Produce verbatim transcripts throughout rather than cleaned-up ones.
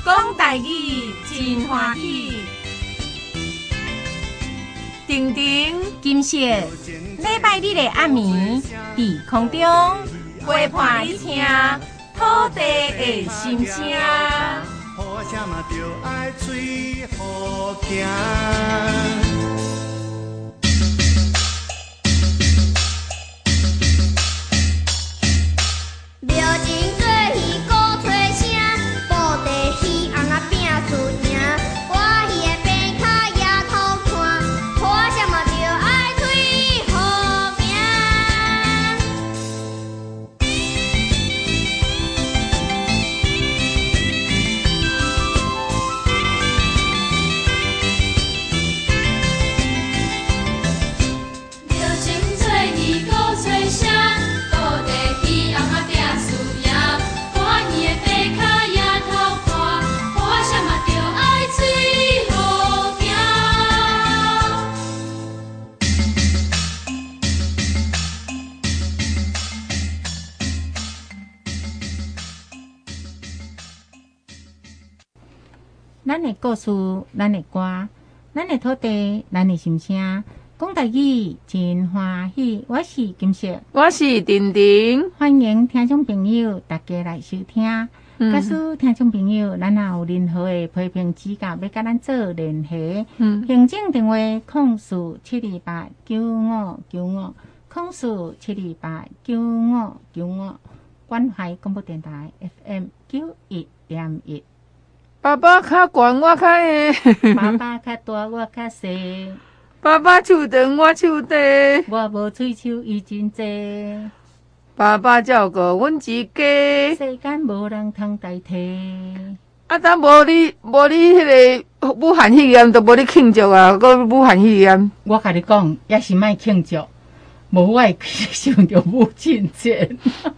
讲台语真欢喜。婷婷、金色，礼拜日的暗暝，伫空中陪伴你听土地的心声。 好声嘛就爱吹好听。 咱的故事，咱的歌，咱的土地，咱的心声，讲台语真欢喜。我是金色， 我是婷婷， 欢迎听众朋友大家来收听。 嗯、 假使听众朋友，咱若有任何的批评指教，要甲咱做联系， 嗯， 行政电话控诉七二八九五九五，控诉七二八九五九五，关怀广播电台 F M 九一点一。 爸爸较悬，我较矮。 爸爸较大，我较细。 爸爸手长，我手短。 我无喙手，伊真济。 爸爸照顾阮一家。 世间无人通代替。 啊，咱无你无你迄个武汉肺炎，都无你庆祝啊！个武汉肺炎。 我甲你讲，也是莫庆祝，无我会想着母亲节。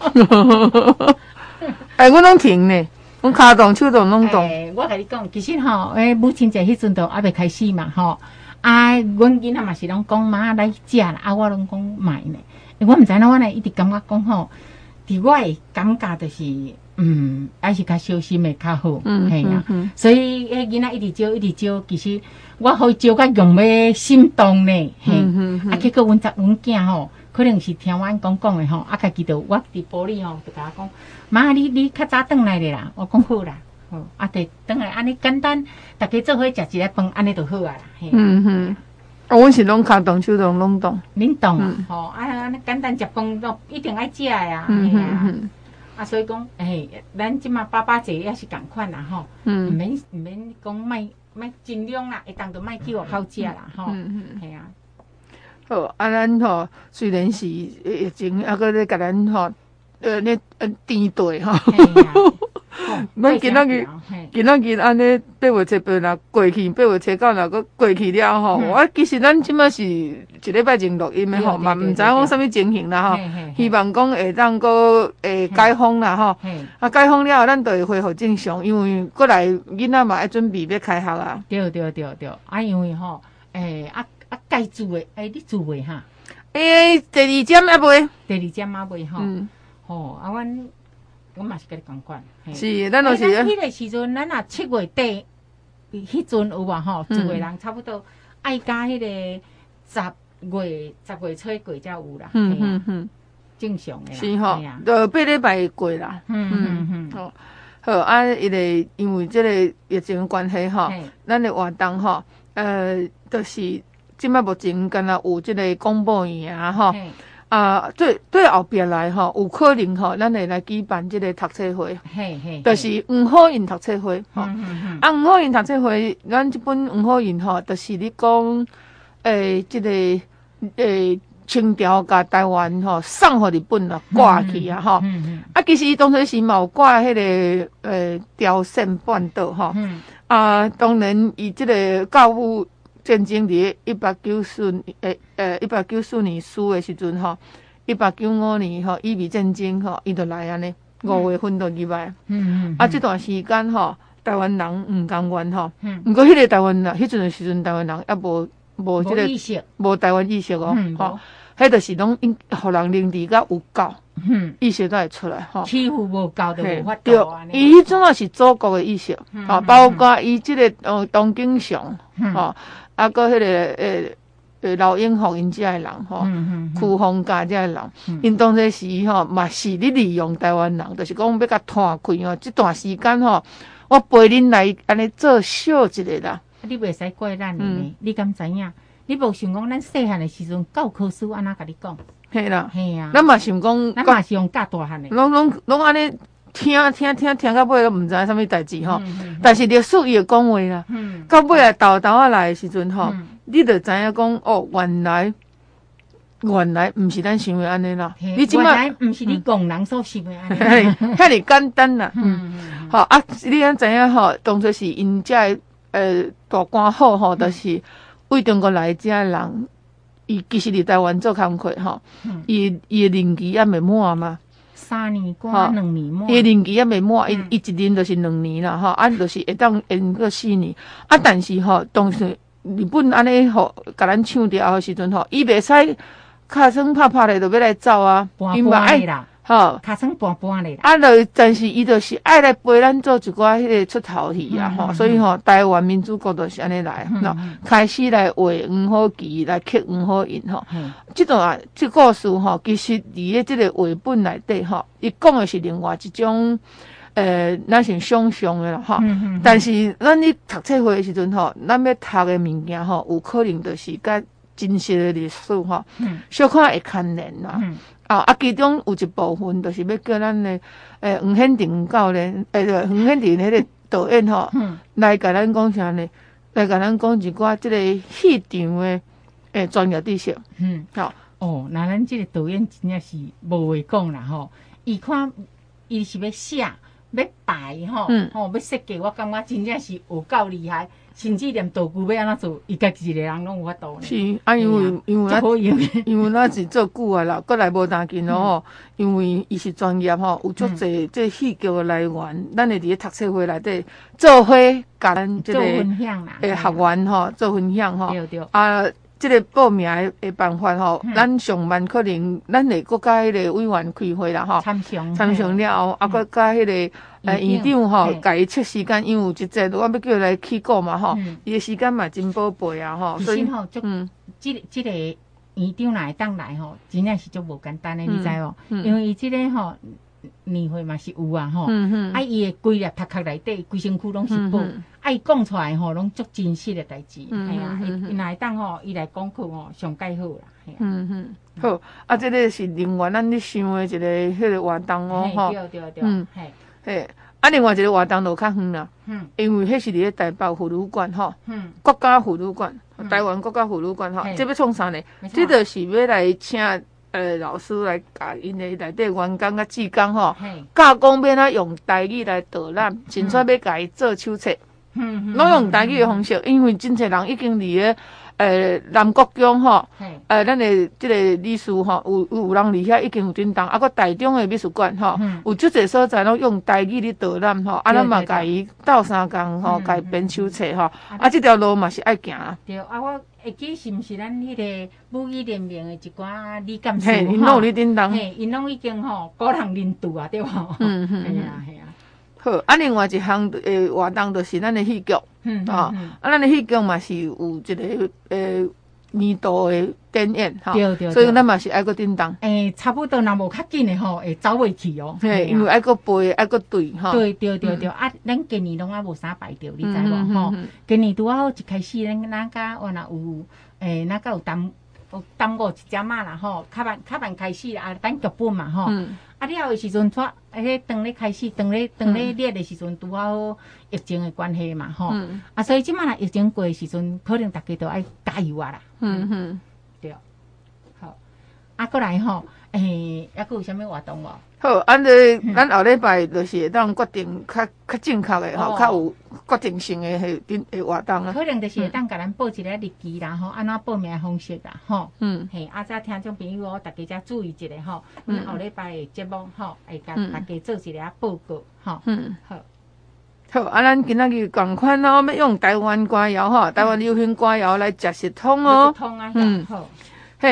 哎，阮拢停呢。阮骹动手动拢动、 欸。我甲你讲，其实吼，诶，母亲节迄阵都还未开始嘛，吼。啊，阮囡仔嘛是拢讲妈来食啦，啊，我拢讲买呢。欸、我毋知影，我呢一直感觉讲吼，伫我诶感觉就是，嗯，还是较小心诶较好， 嗯， 嘿啊。 嗯、 所以迄囡仔一直招，一直招，其实我好招甲用要心动呢，嘿。 嗯嗯、 啊，结果阮侄阮囝吼。可能是听阮讲讲的吼，啊，家己就我伫玻璃吼，就甲我讲，妈，你你较早转来咧啦，我讲好啦，吼，啊，得转来安尼简单，大家做伙食一个饭，安尼就好啊啦。 嗯哼，啊，阮是拢骹动手动拢动， 恁动啊，吼、嗯，啊，安尼简单食饭都一定爱食呀， 嗯哼哼， 啊，所以讲，诶、欸，咱即马爸爸节也是共款啦，吼，嗯，毋免毋免讲卖卖尽量啦，会当就卖去外口食啦，吼，嗯嗯，系啊。 好，啊，咱吼虽然是疫情，啊，搁咧甲咱吼，呃，咧呃颠对吼。咱今仔日，今仔日安尼八月七八若过去，八月七九若搁过去了吼。我其实咱即马是一礼拜前录音的吼，嘛毋知影讲啥物情形啦吼。希望讲会当搁会解封啦吼。啊，解封了后，咱就会恢复正常，因为过来囡仔嘛爱准备要开学啊。 对对对对，啊，因为吼，诶啊。啊，该煮的，哎，你煮未哈？ 诶、欸，第二针还未， 第二针还未吼。 嗯， 吼、啊，阮，阮嘛是甲你共款。 是，咱都是。 咱迄个时阵，咱若七月底，迄阵有无吼？住的人差不多爱加迄个十月、十月初过才有啦。 嗯嗯嗯， 正常的啦。 是吼，就八礼拜过啦。 嗯嗯嗯。 好，好啊，伊个因为即个疫情关系吼，咱的活动吼，呃，就是。即摆目前敢若有即个公布员啊吼，啊对对后壁来吼，有可能吼，咱会来举办即个读册会， 嘿嘿， 就是黄好运读册会吼。啊，黄好运读册会，咱即本黄好运吼，就是你讲诶，即个诶清朝甲台湾吼送互日本啊挂去啊吼。啊，其实伊当初是嘛有挂迄个诶朝鲜半岛吼。啊，当然伊即个教务。战争伫一八九四诶诶一八九四年输诶时阵吼，一八九五年吼伊美战争吼，伊就来安尼五月份就入来。嗯嗯。啊，这段时间吼，台湾人毋甘愿吼。嗯。毋过迄个台湾人，迄阵诶时阵台湾人也无无即个无台湾意识哦。嗯。吼，迄著是拢因互人凌迟甲有够。 嗯， 意识都会出来吼。 欺负无够就无法对度啊，， 伊迄种啊是祖国的意识，吼，包括伊即个呃东京上，吼，啊个迄个诶诶老英雄因遮的人吼，库宏家遮的人，因当这时吼嘛是咧利用台湾人，就是讲要甲摊开吼，即段时间吼，我陪恁来安尼做小一个啦。 你袂使怪咱的呢，你敢知影？你无想讲咱细汉的时阵，教科书安那甲你讲？ 嘿啦， 嘿啊， 咱嘛想讲， 咱嘛是用教大汉的， 拢拢拢安尼听听听听到尾都毋知影啥物代志吼。但是历史伊会讲话啦，到尾啊豆豆啊来的时阵吼，你就知影讲哦，原来原来毋是咱想的安尼啦。你即摆毋是你讲人所想的安尼， 遐尼简单啦。嗯，好啊，你安知影吼？当初是因遮的呃大官好吼，就是为中国来遮的人。伊其实伫台湾做工课吼，伊伊的任期还未满嘛， 三年关两年满， 伊的任期还未满，伊伊一任就是两年啦，吼，啊，就是会当延个四年，啊，但是吼，当时日本安尼吼，甲咱抢掉的时阵吼，伊袂使尻川拍拍咧，就要来走啊， 因为爱啦。 吼， 尻川搬搬咧啦， 啊，就但是伊就是爱来陪咱做一寡迄个出头戏啊，吼、嗯，所以吼，台湾民主国就是安尼来，喏、嗯，开始来画黄好旗，来刻黄好印吼，即段啊，即故事吼，其实伫咧即个绘本内底吼，伊讲的是另外一种，呃，咱是想象的啦，吼、嗯嗯，但是咱咧读册会的时阵吼，咱要读的物件吼，有可能就是甲真实的历史吼，小可会牵连啦。嗯哦，啊，其中有一部分就是要叫咱的诶黄显庭教练，诶，黄显庭迄个导演吼，嗯、来甲咱讲啥呢？来甲咱讲一寡即个戏场的诶专业知识。嗯，好、 哦，那咱即个导演真正是无话讲啦吼，伊看伊是要写要摆吼，嗯、吼要设计，我感觉真正是有够厉害。甚至连道具要安怎做，伊家己一个人拢有法度呢。 是啊，因为因为咱因为咱是做久啊啦，过来无当紧咯。因为伊是专业吼，有足侪即戏剧的来源，咱会伫咧读册会内底做伙甲咱即个诶学员吼做分享吼。 对对。 啊，即个报名诶办法吼，咱上万可能咱会搁甲迄个委员开会啦吼。 参详。 参详了后，啊，搁甲迄个。呃，院长吼，甲伊测时间，因为有一节我要叫伊来起稿嘛吼，伊、嗯、的时间嘛真宝贝啊吼， 所以吼，嗯，即、这个即、这个院长来当来吼，真正是足无简单的，嗯、你知无？嗯、因为伊即个吼年会嘛是有啊吼，嗯、啊伊的规粒头壳内底，规身躯拢是宝，嗯、啊伊讲出来吼，拢足真实的代志，系啊，伊来当吼，伊来讲课吼，上介好啦，系啊。嗯嗯，好，啊，即个是另外咱咧想的一个迄个活动哦，吼， 对对对，嗯，嘿。 嘿，啊，另外一个活动就较远啦，嗯，因为迄是伫咧台北妇女馆吼，嗯，国家妇女馆，嗯、台湾国家妇女馆吼，这要创啥呢？这就是要来请呃老师来教因的内底员工甲志工吼，教讲要哪用台语来导览，甚至要甲伊做手册，嗯，拢用台语的方式，因为真侪人已经伫咧。呃，南国宫吼，呃，咱的即个理事吼，有有人伫遐已经有叮当，啊，个台中的美术馆吼，嗯、有足侪所在拢用台语咧导览吼，啊，咱嘛甲伊斗相共吼，甲伊编手册吼，啊，即条路嘛是爱行。 对，啊，我会记是毋是咱迄个母语联盟的一寡李干事吼，因拢有咧叮当， 嘿，因拢已经吼古人认度啊，对无？嗯嗯，系啊系啊。 好，啊，另外一项诶活动就是咱的戏剧，嗯啊，啊，咱的戏剧嘛是有一个诶年度的展演，哈，对对，所以咱嘛是爱个叮当。 诶，差不多若无较紧的吼，会走袂去哦。 嘿，因为爱个背，爱个对，哈。 对对对对，啊，咱今年拢啊无啥排着，你知无？吼，今年拄好一开始，咱咱甲我若有诶，咱甲有耽有耽误一只嘛啦，吼，较慢较慢开始啊，等剧本嘛，吼。啊，了的时阵，撮迄当咧开始，当咧当咧练的时阵，拄好疫情的关系嘛，吼。嗯、啊，所以即摆若疫情过的时阵，可能大家都爱加油啊啦。嗯哼，对。好，啊，过来吼，诶，还佫有啥物活动无？ 好，安尼咱后礼拜就是会当决定较较正确的吼，较有决定性的迄顶诶活动啊。 可能就是会当甲咱报一个日期啦，吼，安怎报名方式啦，吼。嗯。嘿，啊，再听众朋友哦，大家才注意一下吼，咱后礼拜的节目吼，会甲大家做一个报告，吼。嗯。好。 好，啊，咱今仔日共款哦，要用台湾歌谣吼，台湾流行歌谣来食食通哦。 通啊，嗯。好。 嘿。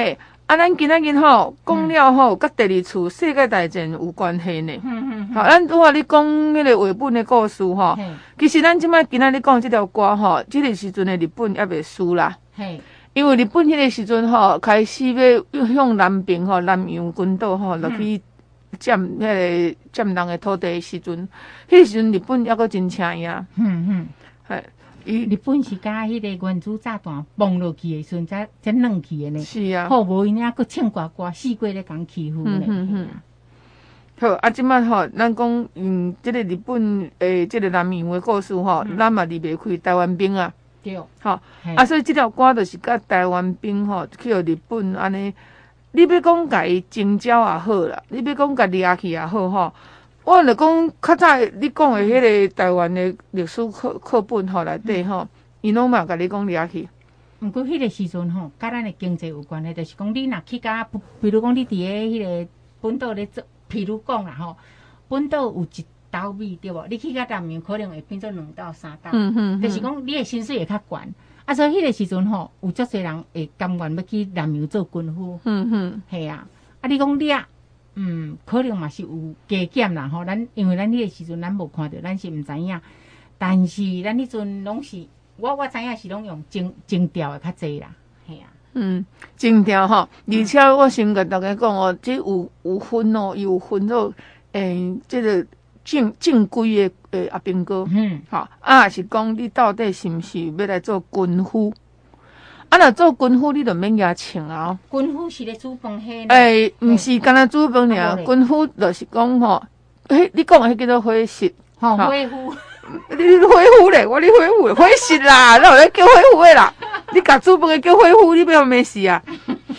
啊，咱今仔日吼讲了吼，甲第二次世界大战有关系呢。 嗯嗯好，咱拄仔你讲迄个绘本的故事吼， 嘿其实咱即摆今仔日讲即条歌吼，即个时阵的日本还未输啦。 嘿， 因为日本迄个时阵吼，开始要向南边吼南洋群岛吼落去占迄个占人的土地的时阵，迄个时阵日本还阁真请赢。 嗯嗯。 嘿，伊日本是甲迄个原子炸弹崩落去的时阵才才软去的呢。 是啊。 好，无因遐佫唱歌歌，四过咧共欺负呢。 嗯嗯好，啊，即摆吼，咱讲嗯，即、这个日本诶，即、这个南洋的故事吼， 嗯咱嘛离袂开台湾兵啊。 对。 吼， 嘿啊，所以即条歌就是甲台湾兵吼去互日本安尼，你要讲甲伊征召也好啦，你要讲甲掠去也好吼。我著讲较早你讲的迄个台湾的历史课课本吼内底吼，伊拢嘛甲你讲掠去。 毋过迄个时阵吼，甲咱的经济有关系，就是讲你若去甲，比如讲你伫咧迄个本岛咧做，譬如讲啦吼，本岛有一斗米对无？你去甲南洋可能会变做两斗三斗， 嗯嗯， 就是讲你的薪水会较悬。啊，所以迄个时阵吼，有足侪人会甘愿要去南洋做军夫。 嗯嗯， 系啊，啊你讲掠，嗯，可能嘛是有加减啦吼。咱因为咱迄个时阵咱无看到，咱是毋知影。但是咱迄阵拢是。我我知影是拢用情情调的较济啦，系啊， 嗯，情调吼，而且我先甲大家讲哦，这有有分哦，有分做诶，这个正正规的诶阿兵哥， 嗯， 吼，啊是讲你到底是毋是要来做军夫？啊，若做军夫，你就免举穿啊。 军夫是咧煮饭迄。 诶，毋是干那煮饭尔，军夫就是讲吼，迄你讲的迄叫做伙食， 吼伙夫。 你伙夫咧，我你伙夫咧，伙食啦，哪有咧叫伙夫的啦？你甲煮饭的叫伙夫，你要咩事啊？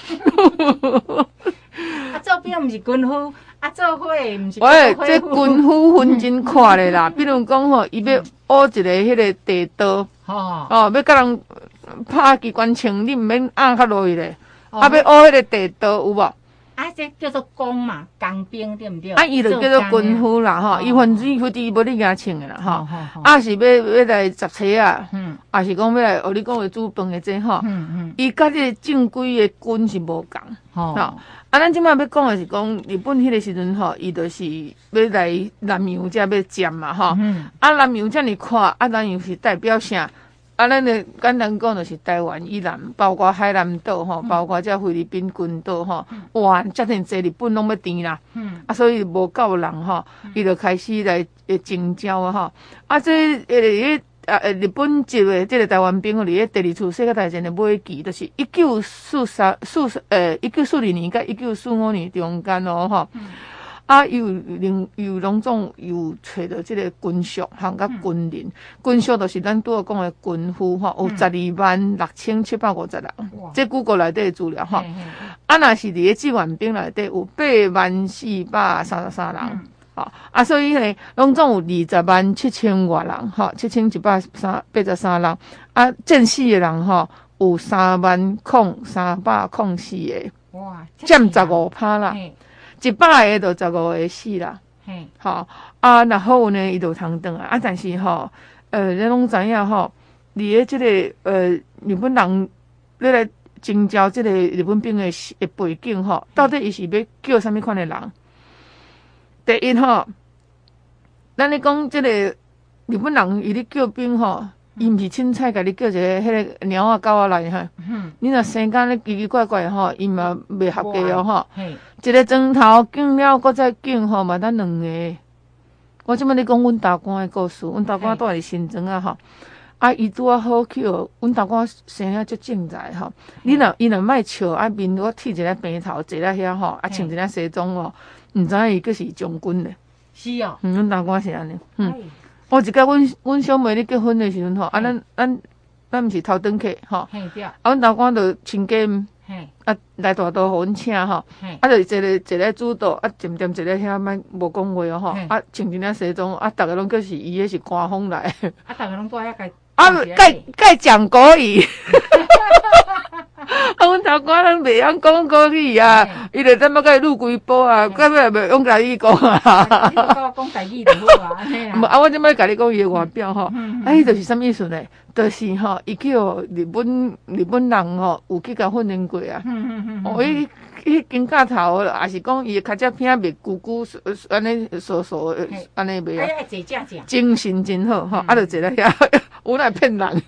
啊，做兵毋是军夫，啊，做伙毋是。 喂，这军夫分真快咧啦，比如讲吼，伊要学一个迄个地道， 哦， 哦，要甲人拍机关枪，你毋免压较落去咧，啊，要学迄个地道有无？ 啊，这叫做工嘛，工兵对毋对？ 啊，伊就叫做军夫啦，吼，伊分子分子无你甲穿的啦，吼，啊是要要来集车啊，嗯，啊是讲要来学你讲的煮饭的这吼，嗯嗯，伊甲这正规的军是无共，吼，啊，咱即摆要讲的是讲日本迄个时阵吼，伊就是要来南洋遮要占嘛，吼，啊南洋遮尔宽，啊南洋是代表啥？啊，咱的简单讲就是台湾以南，包括海南岛吼，包括遮菲律宾群岛吼，哇，遮尔济日本拢要填啦。嗯。啊，所以无够人吼，伊就开始来诶征召啊吼。啊，这诶诶啊日本籍的即个台湾兵，伫咧第二次世界大战的尾期，就是一九四三四诶一九四二年甲一九四五年中间哦吼。嗯。啊，又另又拢总又找到即个军属，含甲军人，军属就是咱拄仔讲的军夫吼，有十二万六千七百五十人，这谷歌内底的资料吼。啊，若是伫咧志愿兵内底有八万四百三十三人，吼、嗯、啊，所以呢，拢总有二十万七千外人，吼，七千一百三八十三人。啊，战死的人吼有三万空三百空四个，哇，占十五趴啦。一百个就十五个死啦，嘿，吼啊，然后呢，伊就通转啊，啊，但是吼，呃，咱拢知影吼，伫咧即个呃日本人咧来征召即个日本兵的的背景吼，到底伊是要叫啥物款的人？第一吼，咱咧讲即个日本人伊咧叫兵吼。伊毋是凊彩，甲你叫一个迄个猫仔狗仔来哈。嗯、你若生间咧奇奇怪怪吼，伊嘛袂合格哦吼。一个砖头敬了，搁再敬吼，嘛得两个。我即摆咧讲阮大官的故事，阮大官住伫新庄啊吼。啊，伊拄啊好去哦，阮大官生啊足正在吼。你若伊若莫笑，啊面我剃一个平头，坐咧遐吼，啊穿一个西装哦，毋知影伊佫是将军咧。 是哦。 嗯，阮大官是安尼。嗯。我一甲阮阮小妹咧结婚的时阵吼，啊，咱咱咱毋是头等客吼，啊，阮大官就请假，啊，来大道互阮请吼，啊，就坐咧坐咧主道，啊，渐渐坐咧遐，莫无讲话哦吼，啊，穿一领西装，啊，逐个拢叫是伊，迄是官方来， 啊，逐个拢住遐甲， 啊，介介讲国语，啊，阮大官咱袂晓讲国语啊，伊就怎么甲伊录几波啊，到尾也袂用台语讲啊。 你讲讲台语就好啊，安尼啦。 啊，我即摆甲你讲伊个外表吼，啊，伊就是啥物意思呢？就是吼，伊去互日本日本人吼有去甲训练过啊。哦，伊伊肩胛头，也是讲伊个脚趾片袂咕咕安尼缩缩安尼袂啊。 哎，坐正正。 精神真好吼，啊，就坐咧遐，有哪骗人？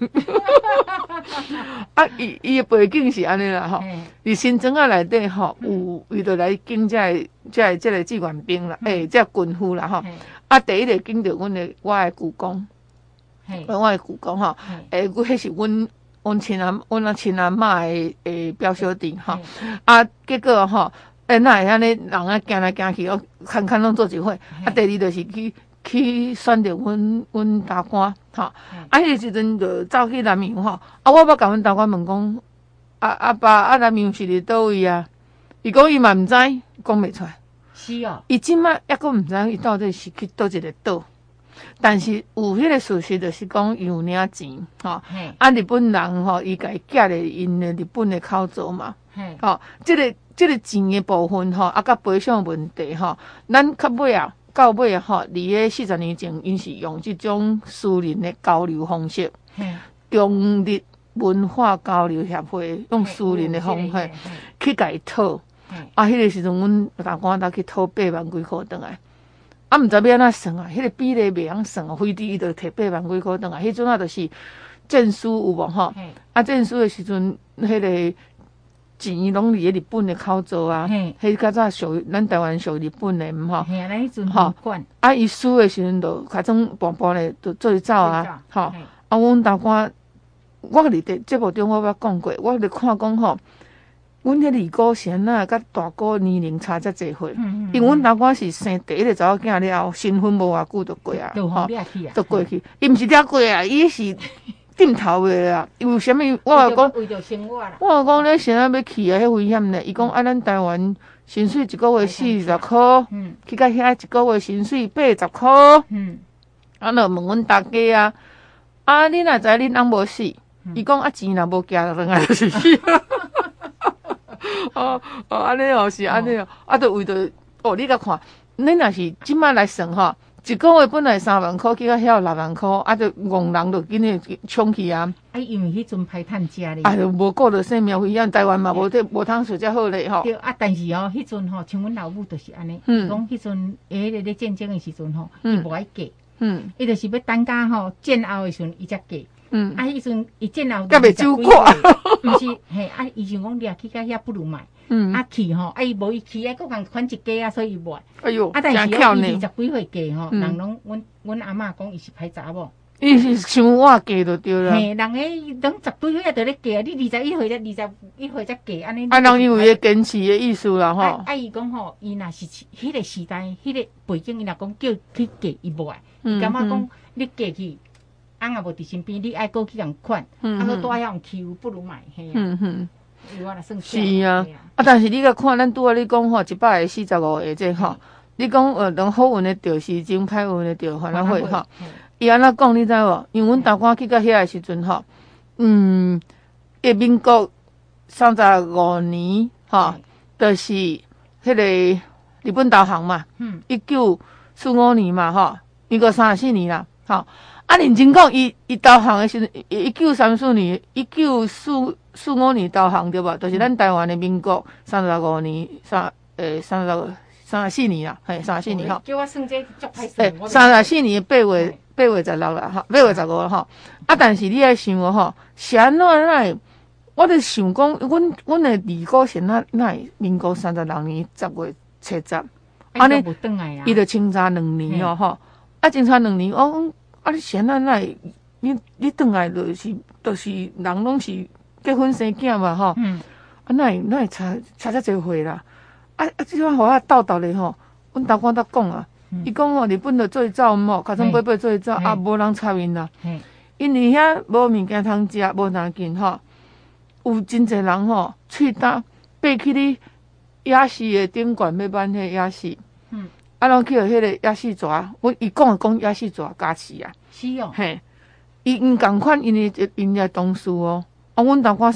啊，伊伊个背景是安尼啦吼，伫新庄仔内底吼，有伊就来敬这个这个这个志愿兵啦，诶，这军夫啦吼。啊，第一个敬着阮的我的舅公，我的舅公吼，诶，佮迄是阮阮亲阿阮阿亲阿嬷的诶表小弟吼。啊，结果吼，诶，哪会安尼人啊行来行去，哦，看看拢做一伙。啊，第二就是去。去选择阮阮大官吼，啊，迄个时阵就走去南洋吼，啊，我要甲阮大官问讲，啊阿爸啊南洋是伫倒位啊？伊讲伊嘛毋知，讲袂出来。 是哦。伊即摆抑佫毋知伊到底是去倒一个岛，但是有迄个事实就是讲伊有领钱吼，啊日本人吼伊家寄咧因的日本的口座嘛，吼，即个即个钱的部分吼，啊甲赔偿问题吼，咱较尾啊。到尾吼，伫个四十年前，因是用即种私人的交流方式，中日文化交流协会用私人的方式去甲伊讨。啊，迄个时阵，阮大官搭去讨八万几箍转来，啊，毋知要安怎算啊？迄个比例袂晓算啊，非得伊就摕八万几箍转来。迄阵啊，就是证书有无吼？啊，证书的时阵，迄个。钱拢伫个日本的口座啊，迄较早属于咱台湾属于日本的毋吼，吼，啊，伊输的时阵就开种半半的就做走啊，吼，啊，阮大官，我伫伫节目中我捌讲过，我伫看讲吼，阮迄二姑先啊，甲大姑年龄差遮济岁，因为阮大官是生第一个查某囝了后，新婚无偌久就过啊，吼，就过去，伊毋是掠过啊，伊是。顶头的啦，为什么？我讲，我讲咧，现在要去啊，迄危险咧。伊讲啊，咱台湾薪水一个月四十箍，去到遐一个月薪水八十箍。嗯，啊，就问阮大家啊，啊，你若知恁翁无死？伊讲啊，钱若无寄落来就是死。哦哦，安尼哦是安尼哦，啊，就为着哦，你甲看，恁若是即摆来算吼。一个月本来三万块，去到遐六万块，啊，就戆人就紧诶冲去啊！ 啊，因为迄阵歹趁食咧， 啊，就无顾着生命危险，台湾嘛无得无通说遮好咧吼。 对啊，但是吼，迄阵吼，像阮老母就是安尼，讲迄阵诶，迄个咧战争诶时阵吼，伊无爱嫁，嗯，伊就是要等甲吼战后诶时阵伊才嫁，嗯，啊，迄阵伊战后，甲袂走过，毋是嘿，啊，伊想讲掠去甲遐不如买。嗯，啊去吼，啊伊无伊去啊，佫共款一家啊，所以伊无。哎哟，啊但是伊二十几岁嫁吼，人拢阮阮阿嬷讲伊是歹查某， 伊是想我嫁就对啦。 嘿，人诶，拢十几岁啊，就咧嫁，你二十一岁才二十一岁才嫁，安尼。 啊，人有伊诶坚持诶意思啦吼。 啊，伊讲吼，伊若是迄个时代，迄个背景，伊若讲叫去嫁，伊无爱，伊感觉讲你嫁去，翁也无伫身边，你爱过去共款，啊，佮带遐欺负，不如买嘿啊。 是啊，啊，但是你甲看，咱拄仔你讲吼，一百个四十五个这吼，你讲呃，能好运的着时钟，歹运的着烦恼会吼。伊安怎讲你知无？因为阮大官去到遐个时阵吼，嗯，一民国三十五年吼，就是迄个日本投降嘛，一九四五年嘛吼，民国三十四年啦，吼。啊，认真讲，伊伊投降的时阵，一九三四年，一九四四五年投降对吧？就是咱台湾的民国三十五年，三诶三十三十四年啦，嘿，三十四年吼。 叫我算这足歹算。 诶，三十四年八月八月十六啦，吼，八月十五啦，吼。啊，但是你爱想哦，吼，是安怎会？我咧想讲，阮阮的二姑是哪哪会民国三十六年十月七十， 安尼无转来啊？ 伊就清查两年哦，吼，啊，清查两年哦。啊！你现在哪会？你你转来就是就是人拢是结婚生囝嘛吼。嗯。啊，哪会哪会差差遮侪岁啦？啊啊！即款互我斗斗咧吼，阮大官在讲啊，伊讲吼日本就做走毋吼，卡种买买做走啊，无人插面啦。因为遐无物件通食，无当紧吼。有真侪人吼，喙焦爬去哩夜市的顶悬要办迄夜市。嗯。啊，拢去互迄个夜市蛇，我伊讲诶讲夜市蛇加市啊， 是哦， 嘿，伊因共款因诶因诶同事哦，啊，阮大官算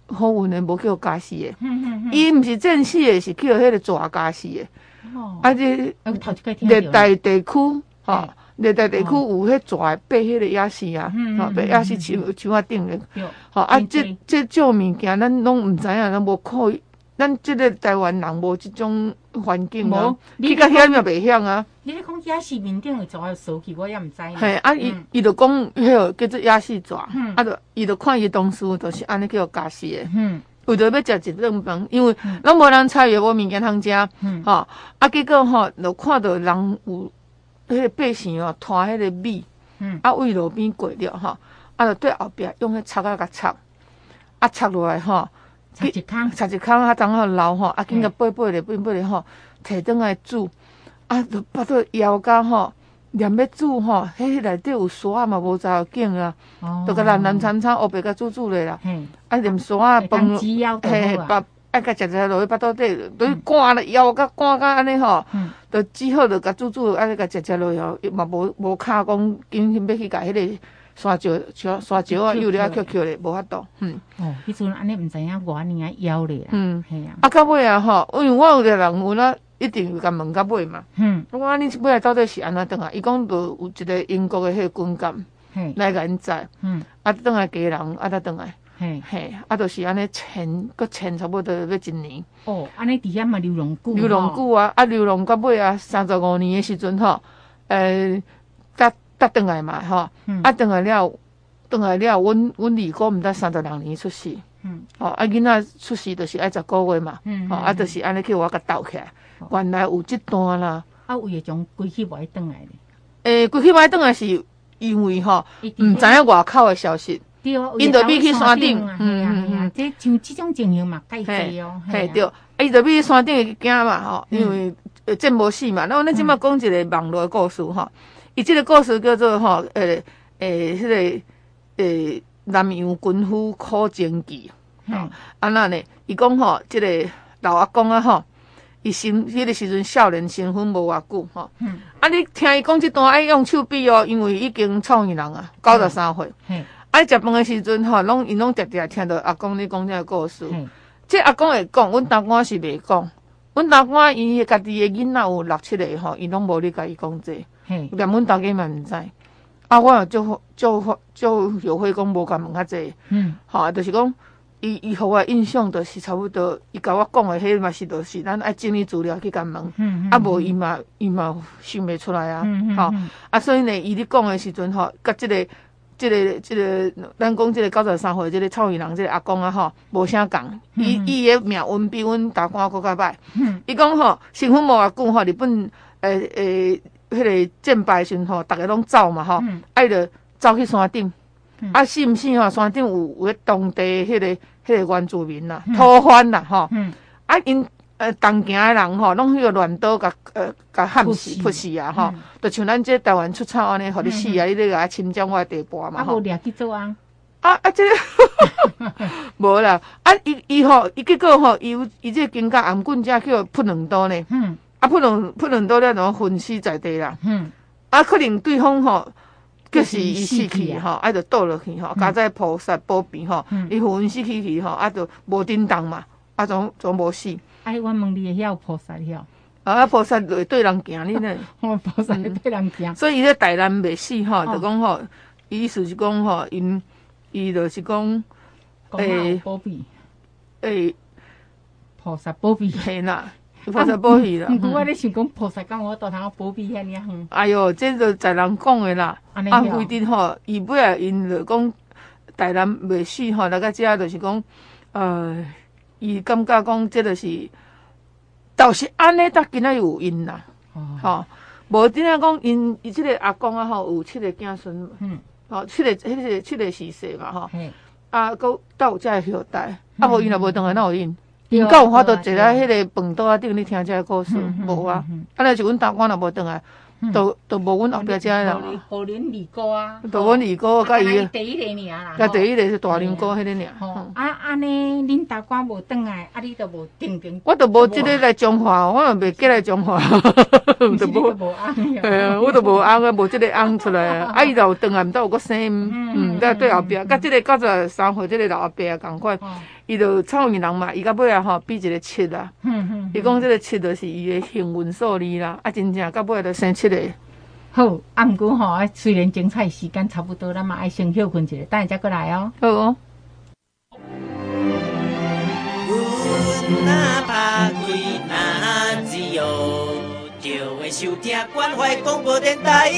好运的，无叫加死的。 嗯嗯伊毋是战死的，是叫迄个蛇加死的。 哦， 啊，这我头一摆听到。 热带地区吼，热带地区哦有迄蛇爬迄个野死啊，吼，爬野死树树仔顶咧。 对， 吼啊， 真这这种物件咱拢毋知影，咱无考，咱即个台湾人无即种环境啊无，你去到遐也袂晓啊。 你咧讲野死面顶会蛇扫去，我也毋知呢。 嘿，啊，伊嗯伊就讲迄个叫做野死蛇， 嗯啊，就伊就看伊同事就是安尼叫加死的。 嗯为着要食一顿饭，因为拢无人菜园，无物件通食， 嗯吼、啊，结果吼，就看到人有迄个百姓哦，拖迄个米， 嗯啊，为路边过了吼，啊，就对后壁用迄插啊甲插，啊，插落来吼， 插一空插一空啊，当好流吼，啊，紧甲爬爬咧，爬爬咧吼，摕转来煮，啊，就巴到枵甲吼，念要煮吼，迄内底有沙嘛，无查有景啊， 哦， 就甲烂烂惨惨，黑白甲煮煮咧啦。 嘿， 啊，连沙啊饭， 会当止枵就嘿， 好啊。 把啊，甲食食落去巴肚底，落去赶咧，枵甲赶甲安尼吼， 嗯就只好就甲煮煮，安尼甲食食落去吼，伊嘛无无卡讲紧紧要去甲迄个沙石沙沙石啊，幼了 Q Q 咧，无法度，嗯哦，迄阵安尼毋知影偌尔啊枵咧啦。 嗯。 嘿啊， 啊，到尾啊吼，因为我有个人有那一定甲问到尾嘛， 嗯， 我讲你尾来到底是安怎转来？伊讲就有一个英国的迄个军舰嘿， 来甲因载， 嗯， 啊，转来家人啊，才转来。 嘿， 嘿，啊，就是安尼签，搁签差不多要一年， 哦，安尼伫遐嘛流浪久。 流浪久啊，啊，流浪到尾啊，三十五年的时阵吼，呃，搭搭转来嘛吼， 嗯啊，转来了，转来了，阮阮二姑毋知三十六年出世， 嗯， 吼，啊，囡仔出世就是爱十个月嘛， 嗯， 吼，啊，就是安尼叫我甲斗起来，原来有即段啦， 啊，为会将规气无转来咧。 诶，规气摆转来是因为吼， 伊毋知影外口的消息。 对啊， 因就必去山顶啊，嘿啊嗯嘿啊，这像即种情形嘛，介济哦。 嘿，对，啊，伊就比山顶会惊嘛吼， 嗯因为呃战无死嘛。那我咱即摆讲一个网络的故事吼，伊即个故事叫做吼，诶诶，迄个诶南洋军夫苦情记。 嗯安那呢？伊讲吼，即个老阿公啊吼，伊新迄个时阵少年新婚无偌久吼。 嗯， 啊，你听伊讲即段爱用手笔哦，因为已经创意人啊，九十三岁。 嘿， 啊，食饭的时阵吼，拢因拢常常听到阿公咧讲这个故事。 嘿， 这阿公会讲，阮大官是袂讲。阮大官伊家己的囡仔有六七个吼，伊拢无咧甲伊讲这， 嘿， 连阮大家嘛毋知。啊，我也就就就有会讲无甲问较济， 嗯， 吼，就是讲伊伊互我的印象就是差不多，伊甲我讲的迄嘛是就是咱爱整理资料去甲问， 嗯， 啊无伊嘛伊嘛想袂出来啊， 嗯吼，啊所以呢，伊咧讲的时阵吼，甲即个。即、这个、即、这个，咱讲即个九十三岁，即个臭鱼人，即个阿公啊吼，无啥共。伊伊的命运比阮大官搁较歹。伊讲吼，新婚无偌久吼，日本诶诶，迄、个战败时阵吼，逐个拢走嘛吼，啊伊就走去山顶。啊，是毋是吼？山顶有有迄当地迄、个迄、个原住民啦，土番啦吼。啊因。呃，同行的人吼，拢迄个乱刀甲呃甲喊死扑死啊吼，就像咱这台湾出草安尼，互你死啊，你咧甲侵占我的地盘嘛啊， 吼。 无掠去做啊？ 啊啊，这个无啦，啊伊伊吼，伊结果吼，伊有伊这个经过颔棍架去扑两刀呢， 嗯， 啊扑两扑两刀了，然后昏死在地啦。 嗯， 啊，可能对方吼。就是伊死去吼，啊，就倒落去吼，加在菩萨保庇吼，伊昏死去去吼，啊，就无震动嘛，啊，总总无死。 哎，我问你会晓菩萨晓？ 啊，菩萨会对人行，你呢？ 我菩萨会对人行。 所以伊咧台南袂死吼，就讲吼，意思是讲吼，因伊就是讲， 诶，保庇， 诶， 菩萨保庇， 嘿啦，菩萨保庇啦。 毋过我咧想讲，菩萨讲我倒通保庇遐尔远。 哎哟，这就在人讲的啦。啊，规定吼，伊尾啊，因就讲台南袂死吼，来到遮就是讲，呃。伊感觉讲，这就是倒是安尼，搭今仔有因啦，吼，无真正讲因伊即个阿公啊吼，有七个囝孙，嗯，吼，七个迄个七个是岁嘛吼，啊，佮到有遮个后代，啊无因若无当来，哪有因？因敢有法度坐咧迄个饭桌啊顶，你听遮个故事无啊？啊，若是阮大官若无当来。都都无阮后壁遮人， 互恁二哥啊， 都阮二哥甲伊， 第一个尔啦， 甲第一个是大林哥迄个尔。 吼，啊安尼，恁大官无转来，啊你都无定定。 我都无即个来中华，我也袂记来中华， 都无翁。 哎呀，我都无翁啊，无即个翁出来啊。啊，伊若有转来，毋知有个生，嗯，在对后壁，甲即个九十三岁即个老后壁共款。 伊就蔡英文人嘛，伊到尾啊吼比一个七啦。 嗯嗯， 伊讲即个七就是伊的幸运数字啦，啊，真正到尾就生七个。 好，啊，毋过吼，虽然精彩时间差不多，咱嘛爱先休困一下，等下再过来哦。 好哦。 阮若拍开若自由，就会收听关怀广播电台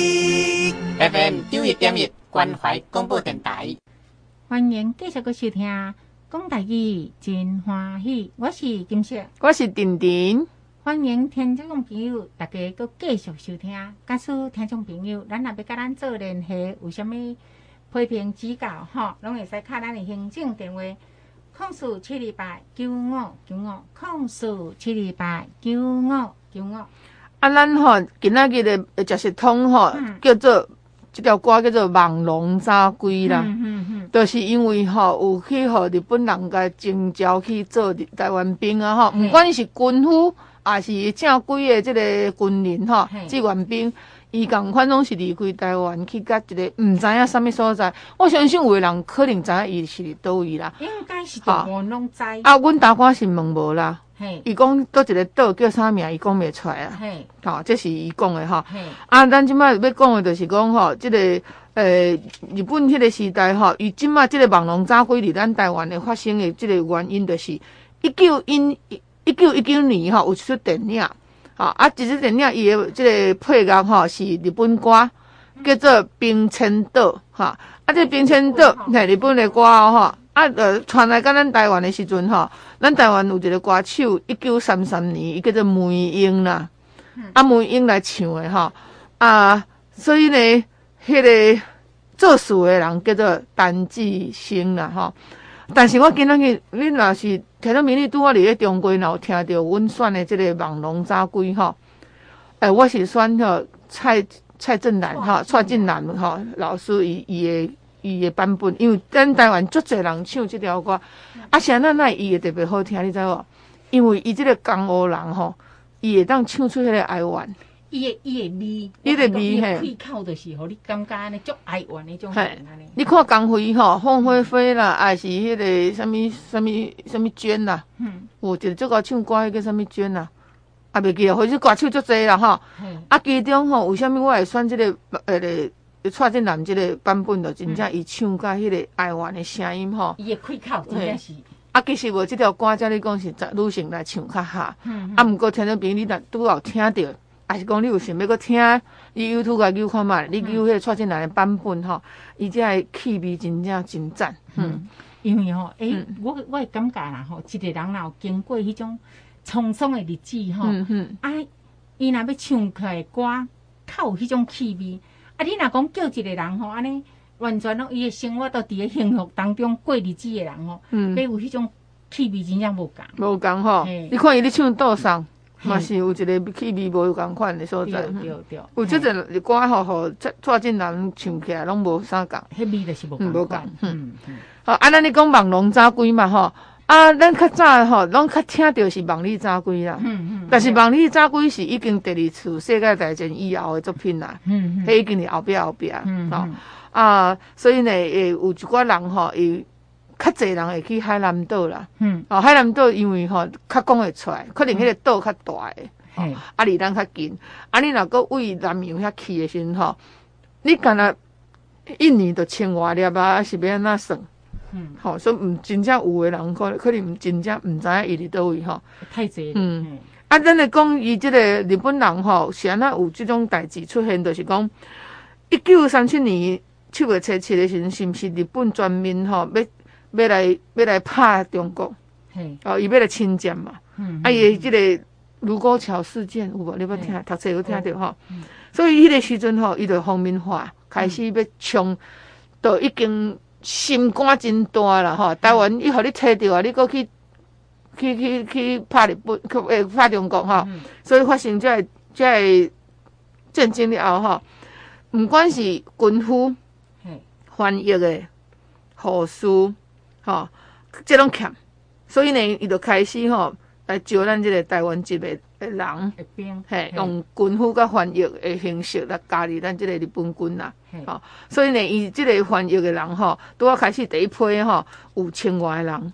F M 九一点一关怀广播电台。 欢迎继续个收听讲台语真欢喜，我是金雪， 我是婷婷。 欢迎听众朋友大家搁继续收听。假使听众朋友，咱若要甲咱做联系，有啥物批评指教吼，拢会使敲咱的行政电话。控诉七二八九五九五，控诉七二八九五九五。 啊，咱吼今仔日的食食通吼， 嗯、 叫做这条歌叫做《网龙早归》啦。 嗯嗯嗯， 就是因为吼有去互日本人甲征召去做台湾兵啊吼，毋管是军夫也是正规的即个军人吼，志愿兵。伊共款拢是离开台湾去甲一个毋知影啥物所在，我相信有诶人可能知影伊是伫倒位啦。 应该是大部分拢知。 啊，阮大官是问无啦。 嘿。 伊讲倒一个岛叫啥名，伊讲袂出来啊。 嘿。 吼，这是伊讲诶吼。 嘿。 啊，咱即摆要讲诶，就是讲吼，即、這个诶、呃、日本迄个时代吼，伊即摆即个网龙早归伫咱台湾诶发生诶即个原因，就是一九一一九一九年吼有一出电影。啊！啊，一出电影伊的即个配乐吼是日本歌，叫做《冰川岛》哈。啊，这冰川岛系日本的歌哦吼。啊，呃，传来到咱台湾的时阵吼，咱台湾有一个歌手，一九三三年，伊叫做梅英啦。啊，梅英来唱的吼。啊，所以呢，迄、那个做事的人叫做陈志生啦吼。但是我今仔日，你若是听到明日拄我伫咧中国，若有听到阮选的即个网龙早归吼，诶、欸，我是选吼蔡蔡正南吼，蔡正南吼老师伊伊的伊的版本，因为咱台湾足侪人唱即条歌，啊，啥咱奈伊会特别好听，你知无？因为伊即个江湖人吼，伊会当唱出迄个哀怨。 伊的伊的味， 伊的味嘿， 开口就是互你感觉安尼足哀怨的种人安尼。 你看江辉吼，凤飞飞啦，还是迄个什物什物什物娟啦，嗯，有一个足够唱歌迄个什物娟啦，啊袂记啊，或者歌手足侪啦吼。啊，其中吼，为虾米我会选即、這个呃个蔡振南即个版本，就真正伊唱甲迄个哀怨的声音吼。 伊的开口真正是。 啊，其实无即条歌，则你讲是女性来唱较合。嗯。啊，毋过听众朋友，你若拄有听着。还是讲你有想要搁听，你 YouTube 甲扭看觅，你扭迄个蔡振南的版本吼，伊这个气味真正真赞。 嗯，因为吼，诶、欸嗯，我我会感觉啦吼，一个人若有经过迄种沧桑的日子吼，嗯嗯，啊，伊若要唱起来歌，较有迄种气味。啊，你若讲叫一个人吼，安尼完全拢伊的生活都伫咧幸福当中过日子的人吼，嗯，要有迄种气味真正无共。 无共吼，你看伊咧唱倒送。嘛是有一个气味无共款的所在， 对对对。 有即个歌吼，吼蔡振南唱起来拢无啥共， 迄味就是无共。 无共。嗯嗯。好，啊，咱你讲网龙早归嘛吼，啊，咱较早吼，拢较听到是网里早归啦。嗯嗯。但是网里早归是已经第二次世界大战以后的作品啦。嗯嗯。迄已經是後壁後壁。嗯。吼啊，所以呢，誒有一寡人吼，伊。较侪人會去海南島啦，嗯，哦，海南島因為吼較講會出來，可能迄個島較大誒，哦，啊離咱較近，啊你若閣為南洋遐去誒時陣吼，你干若一年就千外粒啊，還是要安怎算？嗯，吼、哦，所以毋真正有誒人可可能真正毋知影伊佇倒位吼， 太濟， 嗯，啊，咱來講伊即個日本人吼，是安怎有即種代誌出現，就是講一九三七年七月初七誒時陣，是毋是日本全面吼要？要來要來拍中國，哦，伊要來侵佔嘛，嗯、啊，伊即個盧溝橋事件有無？你捌聽？讀冊有聽到吼，嗯、所以迄個時陣吼，伊就方面化，開始要衝，都、嗯、已經心肝真大啦吼。台灣伊互你摕到啊，你閣去去去去拍日本，去誒拍中國吼，嗯、所以發生即個即個戰爭了後吼，毋管是軍夫、翻譯誒、護士。吼，即種欠，所以呢，伊就開始吼來招咱即個台灣籍的人，嘿，用軍夫甲翻譯的形式來加入咱即個日本軍啦。吼，所以呢，伊即個翻譯的人吼，拄啊開始第一批吼有千外人，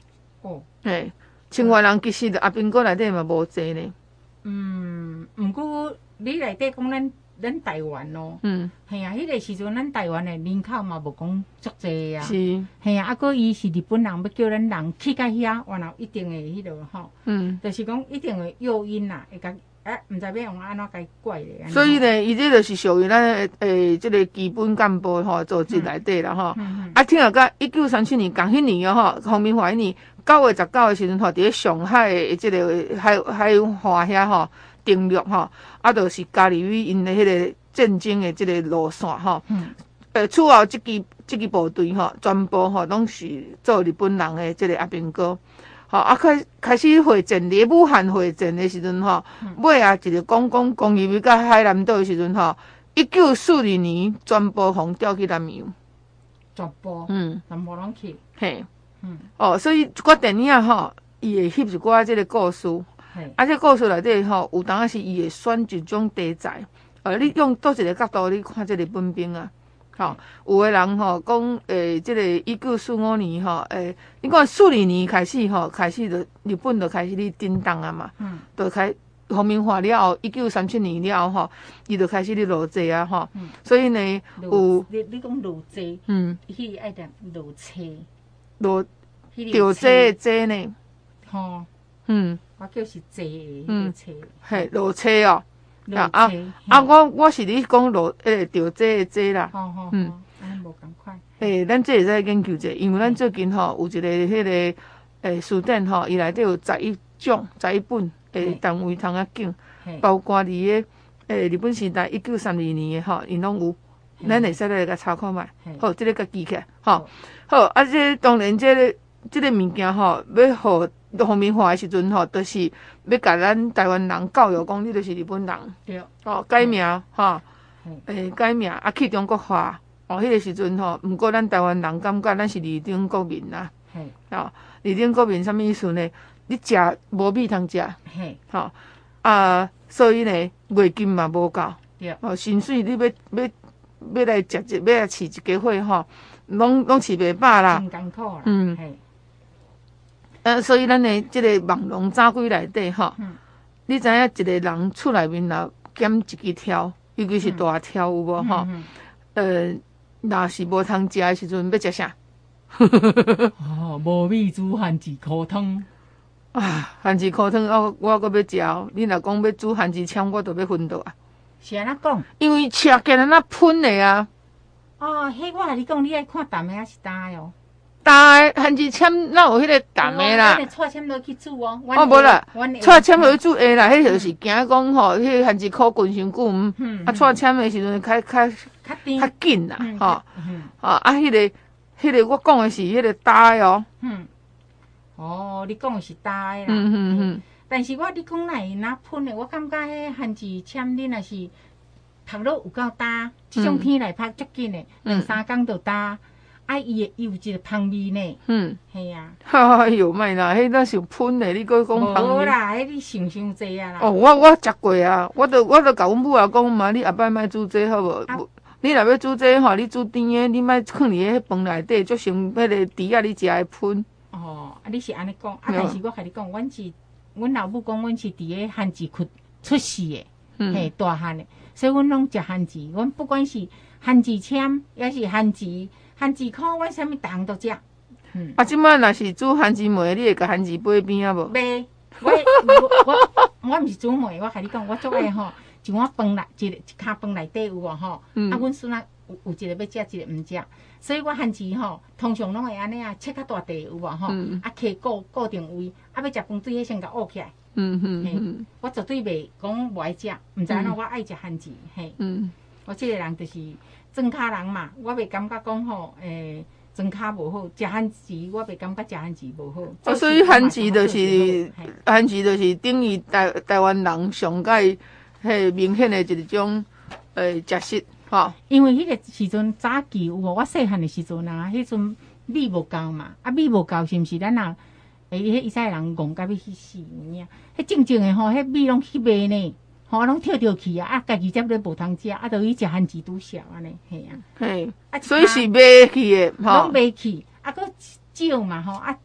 哦， 嘿，清华人其实阿兵哥内底嘛无济呢。 嗯，毋过你内底讲咱咱台湾咯， 嗯， 系啊，迄个时阵咱台湾的人口嘛无讲足济啊， 是， 系啊，啊个伊是日本人要叫咱人去到遐，原来一定的迄落吼， 嗯， 就是讲一定的诱因啦，会甲啊，毋知要用安怎甲怪咧。 所以呢，伊这就是属于咱诶诶，即个基本干部吼组织内底啦吼。 嗯啊，听下甲一九三七年，共迄年哦吼，洪明华迄年九月十九诶时阵吼，伫咧上海诶即个海海华遐吼登陆吼，啊，就是加入于因诶迄个战争诶即个路线吼。 嗯。 诶，此后即支即支部队吼，全部吼拢是做日本人诶即个阿兵哥。吼啊，开开始会战，咧武汉会战的时阵吼，尾啊一个讲讲攻入去到海南岛的时阵吼，一九四二年全部互调去南洋， 全部， 嗯， 全部拢去， 嘿， 嗯， 哦，所以一寡电影吼，伊会翕一寡即个故事， 嘿， 啊，这故事内底吼，有当时伊会选一种题材，呃，你用倒一个角度你看这个本兵啊。吼、哦，有诶人吼讲，诶，即、这个一九四五年吼，诶，你看四二年开始吼，开始就日本就开始咧震动啊嘛， 嗯， 就开洪明华了后，一九三七年了后吼，伊就开始咧落济啊吼， 嗯， 所以呢有， 你你讲落济， 嗯， 迄爱念落车， 落吊济诶济呢， 吼， 嗯， 我叫是济诶， 嗯， 车， 嘿，落车哦。 啊啊啊！我我是咧讲落诶，钓这诶这啦。 好好， 嗯， 安尼无共款。 诶，咱这会使研究者，因为咱最近吼有一个迄个诶书店吼，伊内底有十一种、十一本诶单位通啊拣，包括伫诶诶日本时代一九三二年诶吼，因拢有，咱会使来甲参考卖。好，即个甲记起来，吼好啊！这当然这个即个物件吼，要互洪明华诶时阵吼，就是要甲咱台湾人教育讲，你就是日本人。 对。 哦，改名吼，诶，改名啊，去中国化。哦，迄个时阵吼，毋过咱台湾人感觉咱是二等国民啦。 嘿。 哦，二等国民啥物意思呢？你食无米通食。 嘿。 吼啊，所以呢，月金嘛无够。 对。 哦，薪水你要要要来食一，要来饲一家伙吼，拢拢饲袂饱啦。 真艰苦啦。 嗯。 嘿。 呃，所以咱的即个网龙早规内底吼，你知影一个人厝内面若减一支挑，尤其是大挑有无吼？呃，若是无通食的时阵，要食啥？ 哦，无米煮番薯苦汤。 啊，番薯苦汤，我我搁要食哦。你若讲要煮番薯签，我都要昏倒啊。 是安怎讲？ 因为吃起来那喷的啊。 哦，迄我甲你讲，你爱看淡的还是淡的哦？ 淡的番薯签哪有迄个淡的啦？ 我蔡签落去煮哦。 哦，无啦，蔡签落去煮下啦，迄就是惊讲吼，迄番薯苦滚伤久，嗯，啊，蔡签的时阵较较较紧啦，吼，啊，啊，迄个迄个我讲的是迄个淡的哦。 嗯。哦，你讲的是淡的啦。 嗯嗯嗯。 但是我你讲来那喷的，我感觉迄番薯签你若是晒落有够淡，即种天来拍足紧的，两三工就淡。啊，伊伊有一个香味呢。嗯，系啊。 哎呦，莫啦，迄那是喷的，你搁讲香味。 无啦，迄你想伤济啊啦。 哦，我我食过啊，我都我都甲阮母啊讲嘛，你后摆莫煮这好无？啊、你若要煮这吼，你煮甜的，你莫放伫迄饭内底，足像迄个猪啊，你食的喷。 哦，啊，你是安尼讲，啊，但是我甲你讲，阮是阮老母讲，阮是伫个番薯区出世的，嗯、嘿，大汉的，所以阮拢食番薯，阮不管是番薯签，也是番薯。番薯苦，阮啥物档都食。 嗯。啊，即摆若是煮番薯糜，你会甲番薯掰边啊无？ 袂，我我我我毋是煮糜，我甲你讲，我做诶吼，一碗饭内一个一骹饭内底有无吼？嗯。啊，阮孙仔有有一个要食，一个毋食，所以我番薯吼，通常拢会安尼啊，切较大地有无吼？嗯。啊，摕固固定位，啊，要食饭对迄先甲沏起来。嗯嗯嗯。我绝对袂讲无爱食，毋知影我爱食番薯，嘿。嗯。我即个人就是。庄脚人嘛，我袂感觉讲吼，诶，庄脚无好，食番薯我袂感觉食番薯无好。 啊，所以番薯就是番薯就是等于台台湾人上界迄明显的一种诶食食吼。 因为迄个时阵早期有无？我细汉的时阵啊，迄阵米无够嘛，啊米无够是毋是？咱啊，诶，迄以前人戆甲要去死有影？迄正正的吼，迄米拢去卖呢。吼，拢跳跳去啊！啊，家己则咧无通食，啊，着去食番薯拄少安尼，嘿啊。 嘿，啊，所以是卖去的， 吼。拢卖去，啊，佫少嘛吼，啊，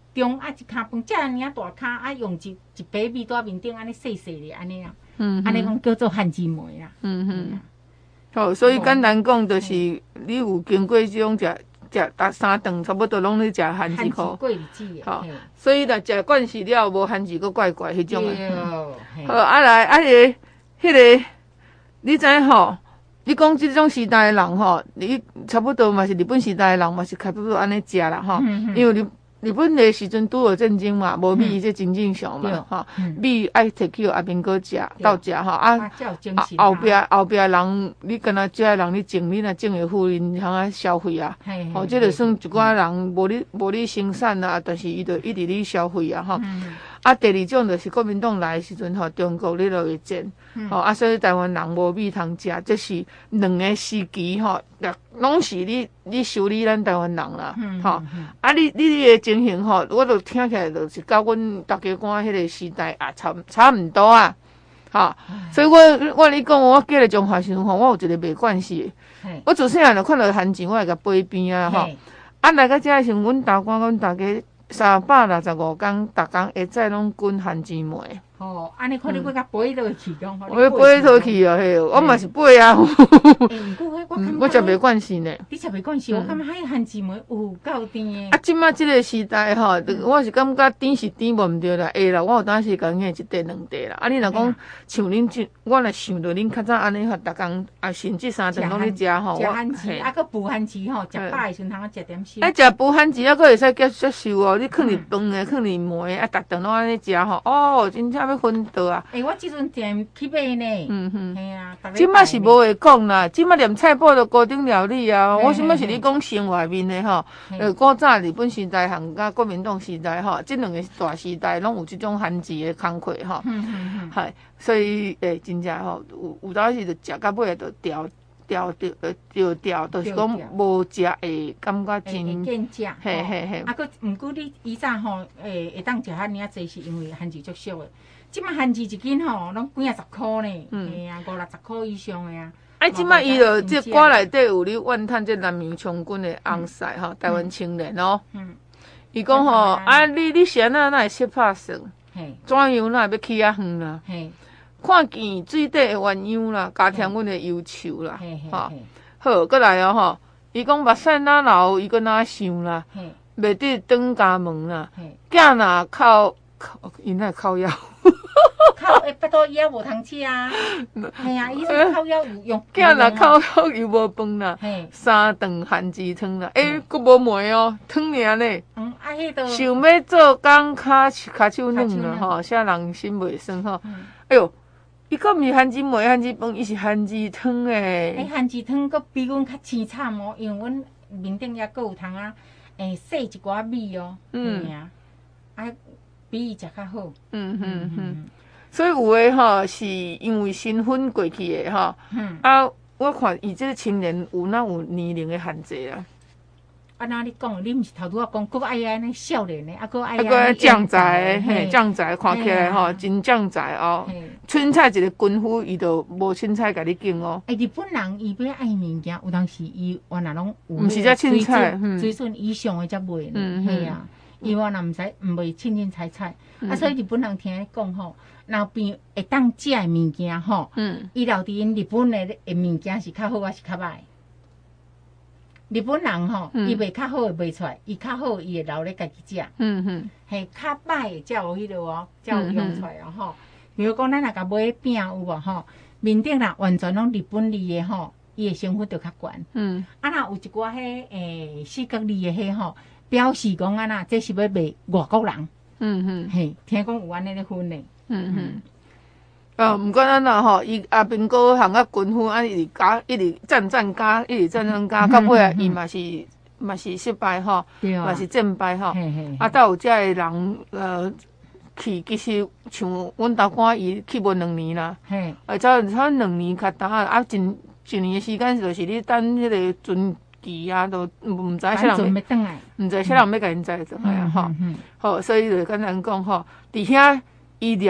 中啊一骹饭，遮尔大骹啊用一一把米在面顶安尼细细的安尼啊， 嗯， 安尼讲叫做番薯糜啦。 嗯哼，好，所以简单讲，就是你有经过这种食食逐三顿，差不多拢咧食番薯块。 过日子的。 好，所以若食惯势了，无番薯佫怪怪迄种的。 对。 好，啊来啊个，迄个，你知影吼？你讲即种时代的人吼，你差不多嘛是日本时代的人嘛是差不多安尼食啦吼，因为日日本的时阵拄有战争嘛，无米这真正常嘛吼，米爱摕去阿兵哥食到食吼啊，后壁后壁人你敢若遮人你种你若种会富人通啊消费啊，吼，这就算一寡人无你无你生产啊，但是伊就一直咧消费啊吼。啊，第二种就是国民党来的时阵吼，中国咧落去战，吼、嗯、啊，所以台湾人无米通食，这是两个时期吼，拢是你你修理咱台湾人啦，吼、嗯嗯、啊，你你你个情形吼，我都听起来就是甲阮大家讲迄个时代啊，差差毋多啊，吼、嗯，所以我我你讲我嫁来中华时阵吼，我有一个袂惯势，我自细汉就看到番薯，我会甲背边啊，吼，啊来到遮的时阵，阮大官阮大家。三百六十五天，逐工下早拢滚番薯糜。 哦，安尼看你要甲背落去讲， 我背落去啊，嘿，我嘛是背啊。我食袂惯势呢。 你食袂惯势，我感觉迄番薯糜有够甜的。 啊，即马即个时代吼，我是感觉甜是甜无毋对啦，会啦，我有当时讲迄一块两块啦。啊，你若讲像恁即，我若想到恁较早安尼吼，逐工啊，甚至三顿拢咧食吼。 食番薯，啊，佮补番薯吼，食饱的时阵通啊食点心。 啊，食补番薯啊，佮会使接接受哦。你放入饭诶，放入糜啊，逐顿拢安尼食吼，哦，真正要昏倒啊！ 诶、欸，我即阵店去买呢。 嗯哼， 系啊。 即马是无会讲啦，即马连菜谱都高等料理啊。我想要是你讲生活面的吼，呃，古早日本时代含甲国民党时代吼，即两个大时代拢有即种番薯的工课吼。嗯嗯嗯。系，所以诶，真正吼，有有当时就食到尾就调调调呃调调，就是讲无食会感觉真见食。 嘿嘿嘿。 啊，佮毋过你以前吼，诶，会当食遐尔济，是因为番薯足俗的。即马番薯一斤吼，拢几啊十箍呢，嘿啊，五六十箍以上的啊。 啊，即马伊就即歌内底有咧怨叹即南洋将军的翁婿吼，台湾青年哦。嗯。伊讲吼，啊，你你是安怎哪会识拍算？嘿。怎样哪会要去遐远啦？嘿。看见水底的鸳鸯啦，加添阮的忧愁啦。嘿嘿。吼，好，过来哦吼。伊讲目屎哪流，伊搁哪想啦？嘿。袂得转家门啦。嘿。囝若哭。因那靠腰， 靠诶，拜托伊也无通吃啊。系啊，伊说靠腰有用。 囝若靠腰又无饭啦，三顿番薯汤啦，诶，佫无糜哦，汤尔呢。嗯，啊，迄个。想要做工骹骹手软啦吼，啥人心袂酸吼。哎哟，伊佫毋是番薯糜、番薯饭，伊是番薯汤诶。 诶，番薯汤佫比阮较清惨哦，因为阮面顶也佫有通啊，诶，洗一寡米哦。嗯。啊。比伊食较好。嗯嗯嗯，所以有诶吼，是因为身份过去诶吼。嗯。啊，我看伊即个青年有哪有年龄诶限制啊？ 啊，那你讲，你毋是头拄仔讲，佫爱安尼少年诶，啊，佫爱。啊， 佫爱将才，嘿，将才看起来吼，真将才哦。凊彩一个军夫，伊就无凊彩甲你敬哦。 诶，日本人伊要爱物件，有当时伊原来拢有。 毋是遮凊彩， 水准以上诶才卖呢，嘿啊。伊我若毋使毋袂凊凊彩彩，啊，所以日本人听伊讲吼，若边会当食诶物件吼，伊留伫因日本诶诶物件是较好还是较歹？日本人吼，伊卖较好诶卖出来，伊较好伊会留咧家己食，嗯哼，嘿，较歹诶才有迄落哦，才有用出来哦吼。比如讲，咱若甲买饼有无吼，面顶若完全拢日本字诶吼，伊诶成分就较悬，嗯，啊，若有一寡迄诶四角字诶迄吼。表示讲啊呐，这是要卖外国人。嗯哼，嘿，听讲有安尼咧分咧。嗯哼， 哦，毋管安怎吼，伊阿兵哥含个军夫啊，一直加，一直战战加，一直战战加，到尾啊，伊嘛是嘛是失败吼，嘛是战败吼。啊，倒有遮个人呃去，其实像阮大官伊去无两年啦，嘿，啊，才才两年较大啊，真一年的时间就是你等迄个船。期啊，都毋知啥人要，毋知啥人要甲因载就系啊吼。好，所以就简单讲吼，伫遐伊念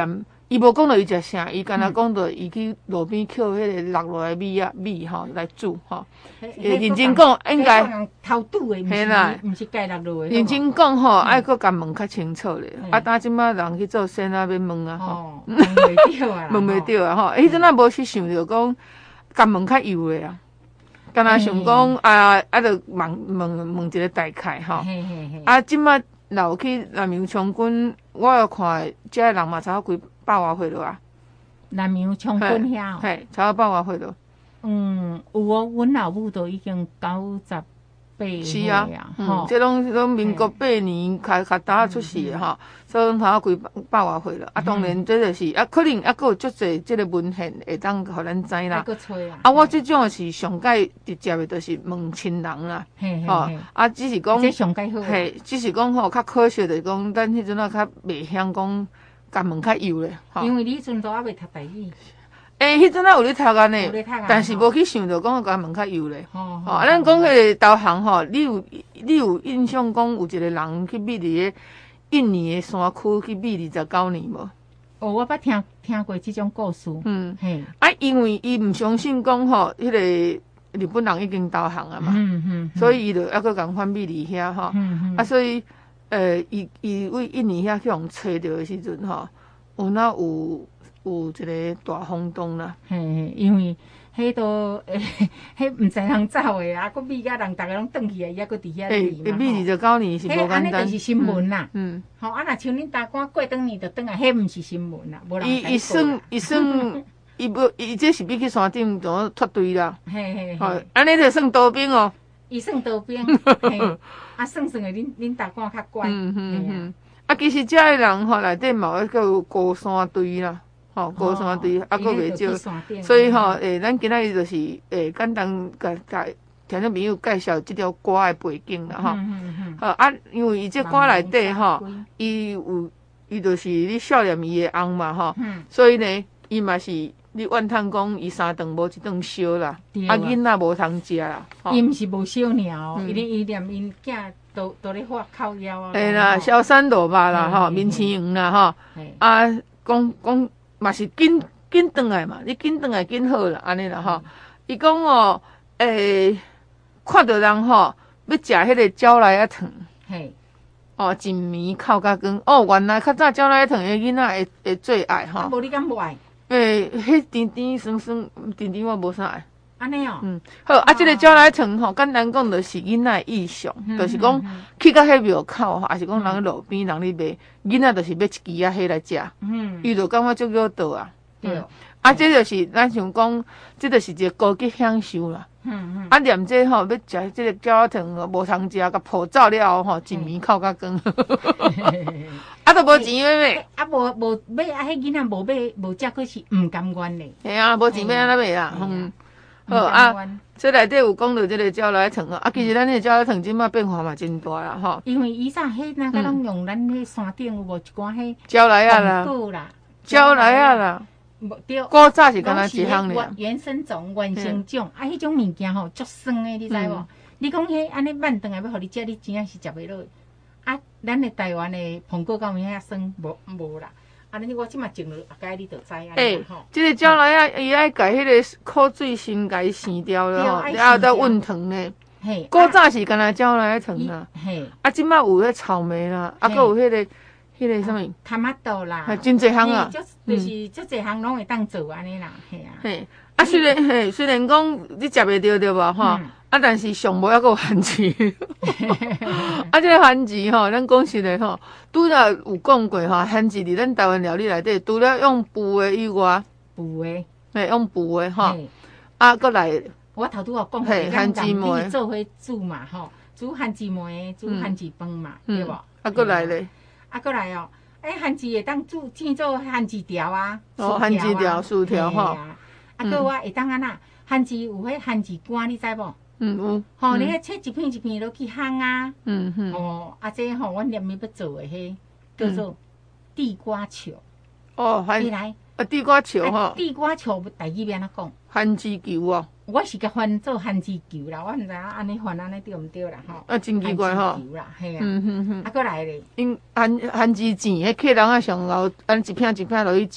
伊无讲到伊食啥，伊干那讲到伊去路边捡迄个落落来米啊米吼来煮吼。诶，认真讲应该偷渡诶， 嘿啦， 毋是盖落落诶。 认真讲吼，爱搁甲问较清楚咧。啊，呾即摆人去做生啊，免问啊吼， 问袂着啊， 问袂着啊吼。迄阵啊无去想着讲，甲问较油诶啊。敢若想讲啊，啊，着问问问一个大概吼。啊，即摆若有去南苗将军，我有看遮个人嘛，差不多几百外岁了啊。 南苗将军遐， 嘿，差不多百外岁了。 嗯，有哦，阮老母都已经九十八岁啊， 嗯，这拢拢民国八年开开打出世的吼，所以差不多几百外岁了。啊，当然这就是啊，可能还佫有足侪这个文献会当互咱知啦。啊，我这种是上界直接的，就是问亲人啦，吼，啊，只是讲，嘿，只是讲吼，较可惜就是讲，咱迄阵啊较袂晓讲，甲问较幼咧， 因为你迄阵都还袂读台语。 诶，迄阵啊有咧读安尼，但是无去想着讲甲问较幼咧。吼，啊，咱讲迄个导航吼，你有你有印象讲有一个人去秘伫个印尼的山区去秘二十九年无？ 哦，我捌听听过即种故事。 嗯，嘿，啊，因为伊毋相信讲吼，迄个日本人已经导航啊嘛，嗯嗯，所以伊就还佫共翻秘伫遐吼，啊，所以诶，伊伊为印尼遐去互找着的时阵吼，有哪有？有一个大风洞啦， 嘿，因为迄都诶，迄毋知人走诶啊，佫米甲人逐个拢转去啊，伊还佫伫遐里嘛。米二十九年是无简单。 迄安尼就是新闻啦。嗯。吼，啊，若像恁大官过转年就转来，迄毋是新闻啦，无人。 伊伊算伊算伊无伊这是比去山顶怎脱队啦。嘿嘿嘿。安尼就算刀兵哦。 伊算刀兵。嘿。啊，算算诶，恁恁大官较乖。嗯嗯嗯。 啊，其实遮诶人吼内底嘛有个有高山队啦。吼，高山队啊，佫袂少，所以吼，诶，咱今仔日就是诶，简单甲甲听众朋友介绍即条歌诶背景啦，吼。好啊，因为伊这歌内底吼，伊有伊就是你少年伊诶翁嘛，吼，所以呢，伊嘛是你怨叹讲伊三顿无一顿烧啦，啊囡仔无通食啦。 伊毋是无烧尔哦，伊咧伊念因囝都都咧发靠腰啊。 诶啦，小三落肉啦，吼，面青黄啦，吼，啊，讲讲。嘛是紧紧转来嘛，你紧转来紧好啦，安尼啦吼。伊讲哦，诶，看到人吼要食迄个鸟来啊糖，嘿，哦，一暝哭甲光，哦，原来较早鸟来啊糖诶囡仔会会最爱吼。 啊，无你敢无爱？ 诶，迄甜甜酸酸，甜甜我无啥爱。 安尼哦。嗯， 好啊，即个鸟来糖吼，简单讲就是囡仔意象，就是讲去到迄庙口吼，还是讲人去路边人咧卖，囡仔就是要一支啊，迄来食。嗯，伊就感觉足够倒啊。对。啊，这就是咱想讲，这就是一个高级享受啦。嗯嗯。啊，念这吼，要食即个鸟仔糖，无通食，甲抱走了后吼，一暝哭甲光。啊，都无钱要买。 啊，无无买，啊，迄囡仔无买，无食佫是毋甘愿嘞。 系啊，无钱要安怎买啦？嗯。好啊，这内底有讲到这个鸟来糖啊，其实咱这个鸟来糖即马变化嘛真大啦吼。 因为以前迄那个拢用咱迄山顶有无一寡迄鸟来啊啦，鸟来啊啦，对，古早是敢若一项咧。 原生种、原生种，啊，迄种物件吼足酸诶，你知无？你讲迄安尼慢顿来要互你食，你真正是食袂落。啊，咱诶台湾诶苹果敢有遐酸？无无啦。啊！你我即马种落，啊，该你就知安尼吼。 即个鸟来啊，伊爱甲迄个苦水先甲伊生掉了吼，然后再温糖呢。嘿，古早是敢若鸟来糖啦。嘿，啊，即马有迄草莓啦，啊，佮有迄个迄个什物？ 塔马豆啦。 真侪项啊。 就是足侪项拢会当做安尼啦，嘿啊。 嘿，啊，虽然嘿，虽然讲你食袂着对无吼。啊，但是上无还佫有番薯，啊，这个番薯吼，咱讲实的吼，拄则有讲过吼，番薯伫咱台湾料理内底，除了用布的以外， 布的， 嘿，用布的吼，啊，佫来， 我头拄有讲过，番薯糜做伙煮嘛吼，煮番薯糜，煮番薯饭嘛，对无？ 啊，佫来咧， 啊，佫来哦，哎，番薯会当煮煮做番薯条啊， 哦，番薯条、薯条吼，啊， 佫我会当安那，番薯有迄番薯干，你知无？ 嗯有， 吼，你迄切一片一片落去烘啊，嗯哼，哦，啊，这吼，阮念咪要做的迄叫做地瓜球， 哦，还来，啊，地瓜球吼， 地瓜球台语要安怎讲？ 番薯球哦， 我是甲翻做番薯球啦，我毋知影安尼翻安尼对毋对啦吼？ 啊，真奇怪吼， 球啦，系啊，嗯哼哼，啊，佫来咧， 因番番薯剪，迄客人啊上后按一片一片落去剪，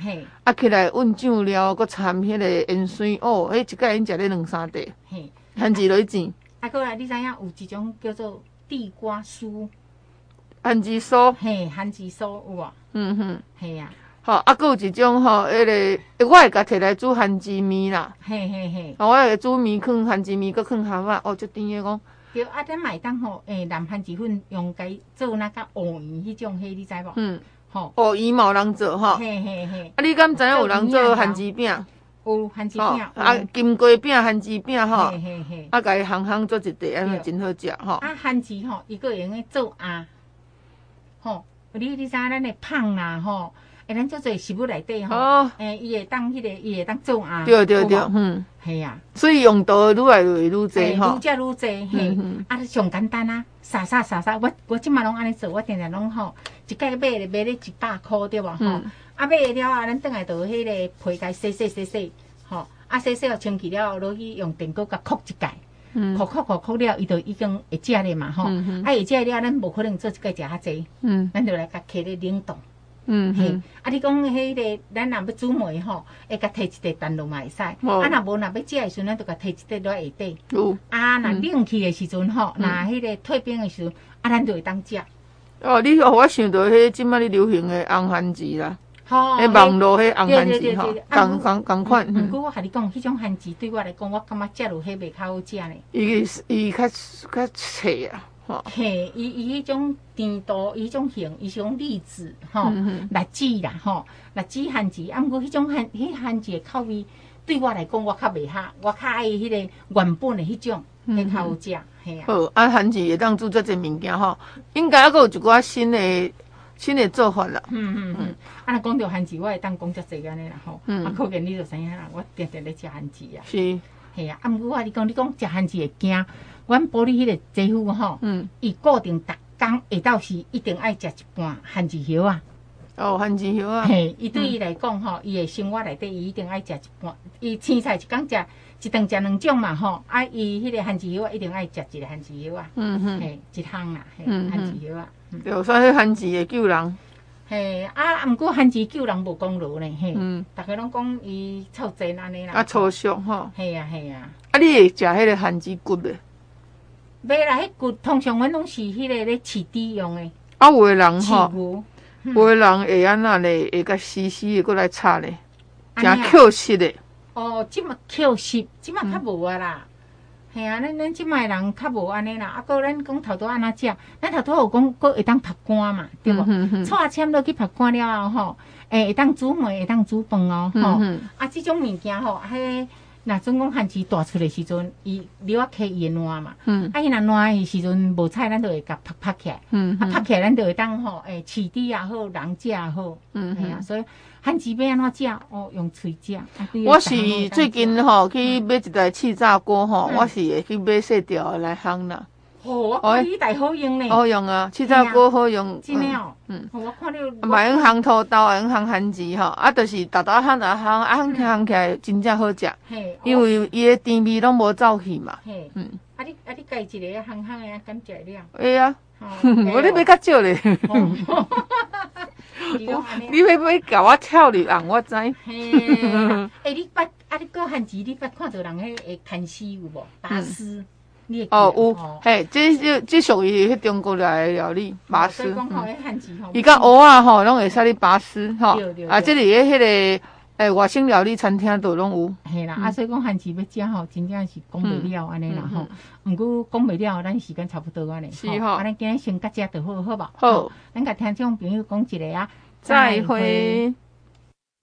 嘿， 啊起来温酱料，佮掺迄个盐水，哦，迄一摆因食咧两三块， 嘿， 番薯落钱， 啊，过来你知影有一种叫做地瓜酥， 番薯酥， 嘿，番薯酥有无？ 嗯哼， 嘿啊， 吼，啊，佮有一种吼，迄个我会甲摕来煮番薯面啦， 嘿嘿嘿， 啊，我会煮面放番薯面，佮放蛤蟆，哦，足甜诶讲。 对，啊，咱买当吼，诶，蓝番薯粉用该做那个芋圆迄种，迄你知无？ 嗯， 吼， 哦，伊嘛有人做吼，啊， 嘿嘿嘿， 你敢知影有人做番薯饼？ 有番薯吼饼，， 啊，金瓜饼、番薯饼吼， 嘿嘿嘿， 啊，甲伊行行做一块，安尼真好食吼。 啊，番薯吼，伊个会用咧做鸭，吼，你你知影咱的胖啦吼，诶，咱做做食物内底吼哦， 诶，伊会当迄个，伊会当做鸭， 对对对， 有无， 嗯， 系啊。 所以用到愈来愈愈嘿济吼愈。食愈济，嘿嗯， 啊，上简单啊，撒撒撒撒，我我即马拢安尼做，我定定拢吼，一盖买咧买咧一百箍对无吼， 嗯啊买了啊，咱转来就迄个皮甲洗洗洗洗，吼，啊洗洗互清气了，落去用电锅甲烤一盖， 嗯烤烤烤烤了，伊就已经会食咧嘛吼， 嗯嗯啊会食了，咱无可能做一盖食较济， 嗯咱就来甲摕咧冷冻。嘿嗯嗯，， 啊，你讲迄个，咱若要煮糜吼，会甲摕一块蛋落嘛会使， 哦啊，若无若要食的时阵，咱就甲摕一块落下底。 有啊，若嗯冷去的时阵吼，若迄个退冰的时阵，啊，咱就会当食。 哦，你互我想到迄即摆咧流行诶红番薯啦， 吼迄网络迄红番对对薯吼对对，啊共共共款， 毋嗯过我甲你讲，迄种番薯对我来讲，我感觉食落迄袂较好食呢。 伊伊较较脆啊，吼， 嘿，伊伊迄种甜度，伊迄种型，伊是用栗子吼嗯嗯， 栗子啦吼，栗子番薯。啊，毋过迄种番，迄番薯的口味对我来讲，我较袂合，我较爱迄个原本的迄种，迄较好食。嘿啊， 好，啊，番薯会当煮遮济物件吼，应该还佫有一寡新诶新诶做法啦。 嗯嗯嗯。啊，若讲到番薯，我会当讲遮济安尼啦吼。 嗯啊，可见你就知影啦，我定定咧食番薯啊。 是， 嘿啊，啊，毋过我跟你讲，你讲食番薯会惊，阮保利迄个姐夫吼， 嗯， 伊固定逐工下昼时一定爱食一半番薯叶啊。 哦，番薯叶啊， 嘿，伊对伊来讲吼，伊的生活内底伊一定爱食一半。伊青菜一工食一顿食两种嘛吼，啊，伊迄个番薯叶一定爱食一个番薯叶啊。 嗯哼， 嘿，一项啦，嘿， 嗯嗯番薯叶啊。嗯对，所以迄番薯会救人。 嘿，啊，毋过番薯救人无功劳呢，嘿， 嗯， 逐个拢讲伊臭煎安尼啦。 啊，粗俗吼。 嘿啊，嘿啊。 啊，你会食迄个番薯骨诶？ 买啦，迄骨通常阮拢是迄个咧饲猪用的， 啊，有诶人饲吼， 牛。 有诶人会安那咧，会甲丝丝诶，过来炒咧， 安尼啊真扣实诶。 哦，即马扣实，即马较无啊啦。嘿啊，咱咱即摆人较无安尼啦。啊，搁咱讲头拄安怎食，咱头拄有讲搁会当晒干嘛，对无？ 嗯哼炒签落去晒干了后吼，诶，会当煮糜，会当煮饭哦，吼。 嗯哼啊，即种物件吼，迄若总讲番薯大出的时阵，伊你要开伊的烂嘛。 嗯啊，伊若烂的时阵无菜，咱就会甲拍拍起来。 嗯啊，拍起来咱就会当吼，诶，饲猪也好，人食也好， 嗯嘿啊，所以番薯要安怎食？哦，用喙食。啊对我是逐项拢会当最食近吼去买一台气炸锅吼， 嗯我是会去买细条的来烘啦。 哦，我看伊大好用呢， 好用啊，气炸锅好用。 真的哦。 嗯， 哦我看到。 嘛用烘土豆，用烘番薯吼，啊，就是豆豆烘豆烘，啊烘起烘起来真正好食， 嘿， 因为伊的甜味拢无走去嘛。 嘿， 嗯， 啊你啊你家一个烘烘的，敢食了？ 会啊， 吼我咧买较少咧。 哦是讲安尼你要买甲我跳入红，我知。 嘿，诶，你捌啊？你个番薯，你捌看到人迄会牵丝有无？拔丝，你会记得哦，有，嘿，这这这属于迄中国来的料理，拔丝。 所以讲吼， 嗯迄番薯吼， 伊甲蚵仔吼，拢会使你拔丝吼对对。 啊， 对这里的迄个诶外省料理餐厅都拢有。 嘿啦，啊，所以讲番薯要食吼，真正是讲袂了安尼啦嗯吼。毋过讲袂了，咱时间差不多安尼。 是吼啊，咱今日先甲遮就好，好无？ 好， 咱甲听众朋友讲一个啊， 再会。